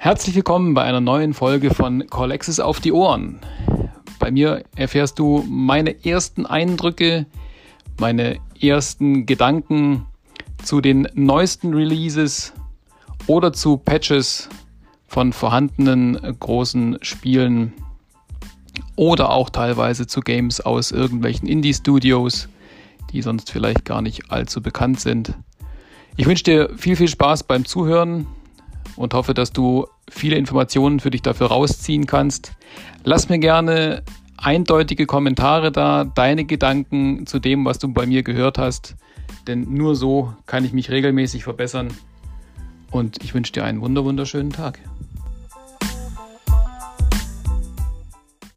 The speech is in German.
Herzlich willkommen bei einer neuen Folge von Callexis auf die Ohren. Bei mir erfährst du meine ersten Eindrücke, meine ersten Gedanken zu den neuesten Releases oder zu Patches von vorhandenen großen Spielen oder auch teilweise zu Games aus irgendwelchen Indie-Studios, die sonst vielleicht gar nicht allzu bekannt sind. Ich wünsche dir viel Spaß beim Zuhören und hoffe, dass du viele Informationen für dich dafür rausziehen kannst. Lass mir gerne eindeutige Kommentare da, deine Gedanken zu dem, was du bei mir gehört hast, denn nur so kann ich mich regelmäßig verbessern und ich wünsche dir einen wunderschönen Tag.